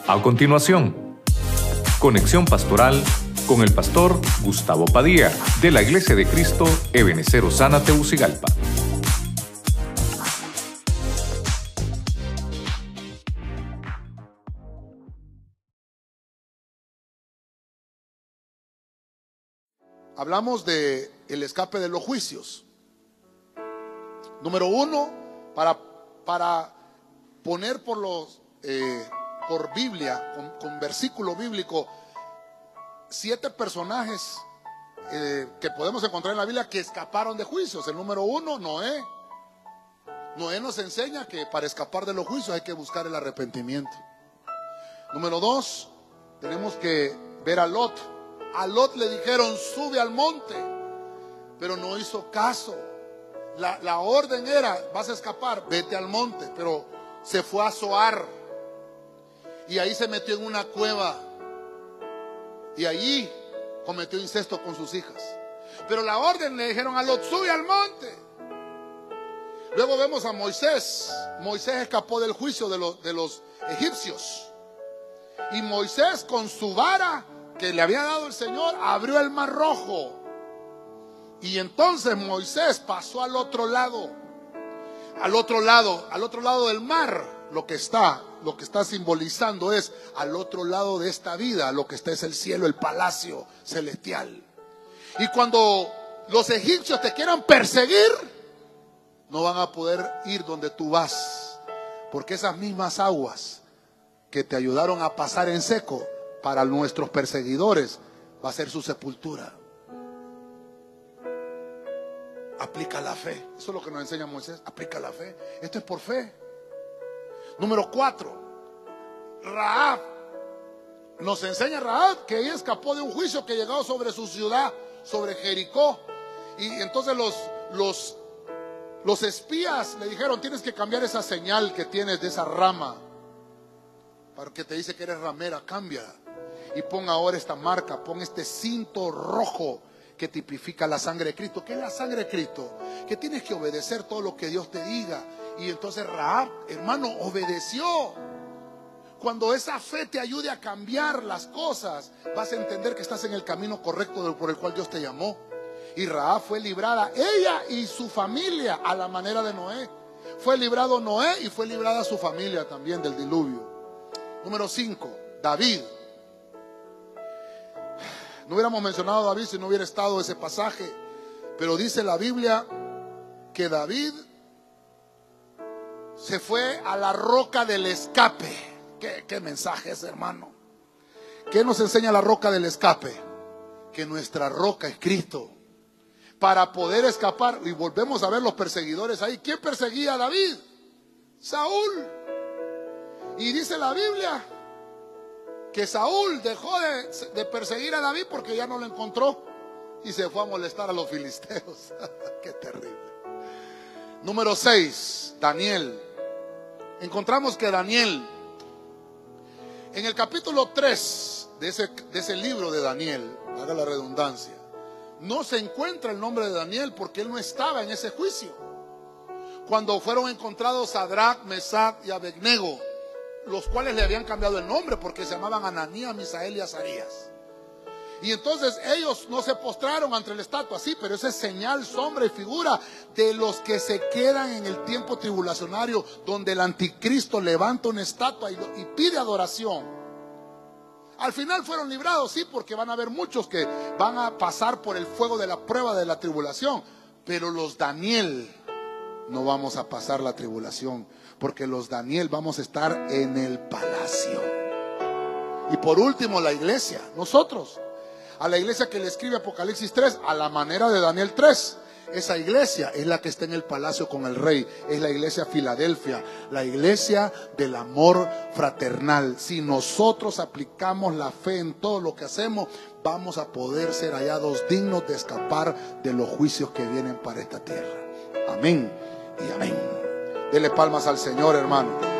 A continuación, conexión pastoral con el pastor Gustavo Padilla, de la Iglesia de Cristo Ebenecer Osana Tegucigalpa. Hablamos de el escape de los juicios. Número uno, para poner por Biblia, con versículo bíblico, 7 personajes que podemos encontrar en la Biblia que escaparon de juicios. El número uno, Noé. Noé nos enseña que para escapar de los juicios hay que buscar el arrepentimiento. Número 2, tenemos que ver a Lot. A Lot le dijeron: sube al monte, pero no hizo caso. La orden era: vas a escapar, vete al monte. Pero se fue a Zoar y ahí se metió en una cueva y allí cometió incesto con sus hijas. Pero la orden le dijeron a Lot: sube al monte. Luego vemos a Moisés. Moisés escapó del juicio de los egipcios, y Moisés, con su vara que le había dado el Señor, abrió el mar rojo. Y entonces Moisés pasó al otro lado del mar. Lo que está simbolizando es al otro lado de esta vida. Lo que está es el cielo, el palacio celestial. Y cuando los egipcios te quieran perseguir, no van a poder ir donde tú vas, porque esas mismas aguas que te ayudaron a pasar en seco, para nuestros perseguidores va a ser su sepultura. Aplica la fe. Eso es lo que nos enseña Moisés. Aplica la fe. Esto es por fe. Número 4, Rahab. Nos enseña Rahab que ella escapó de un juicio que llegó sobre su ciudad, sobre Jericó. Y entonces los espías le dijeron: tienes que cambiar esa señal que tienes de esa rama, porque te dice que eres ramera, cámbiala. Y pon ahora esta marca, pon este cinto rojo que tipifica la sangre de Cristo. ¿Qué es la sangre de Cristo? Que tienes que obedecer todo lo que Dios te diga. Y entonces Rahab, hermano, obedeció. Cuando esa fe te ayude a cambiar las cosas, vas a entender que estás en el camino correcto por el cual Dios te llamó. Y Rahab fue librada, ella y su familia, a la manera de Noé. Fue librado Noé y fue librada su familia también del diluvio. Número 5, David. No hubiéramos mencionado a David si no hubiera estado ese pasaje, pero dice la Biblia que David se fue a la roca del escape. ¿Qué mensaje es, hermano? ¿Qué nos enseña la roca del escape? Que nuestra roca es Cristo. Para poder escapar, y volvemos a ver los perseguidores ahí. ¿Quién perseguía a David? Saúl. Y dice la Biblia que Saúl dejó de perseguir a David porque ya no lo encontró y se fue a molestar a los filisteos. Qué terrible. Número 6, Daniel. Encontramos que Daniel, en el capítulo 3 de ese libro de Daniel, haga la redundancia, no se encuentra el nombre de Daniel porque él no estaba en ese juicio. Cuando fueron encontrados Sadrach, Mesach y Abednego, los cuales le habían cambiado el nombre porque se llamaban Ananías, Misael y Azarías. Y entonces ellos no se postraron ante la estatua, sí, pero esa es señal, sombra y figura de los que se quedan en el tiempo tribulacionario, donde el anticristo levanta una estatua y pide adoración. Al final fueron librados, sí, porque van a haber muchos que van a pasar por el fuego de la prueba de la tribulación, pero los Daniel no vamos a pasar la tribulación, porque los Daniel vamos a estar en el palacio. Y por último, la iglesia, nosotros, a la iglesia que le escribe Apocalipsis 3, a la manera de Daniel 3. Esa iglesia es la que está en el palacio con el rey. Es la iglesia Filadelfia, la iglesia del amor fraternal. Si nosotros aplicamos la fe en todo lo que hacemos, vamos a poder ser hallados dignos de escapar de los juicios que vienen para esta tierra. Amén y amén. Dele palmas al Señor, hermano.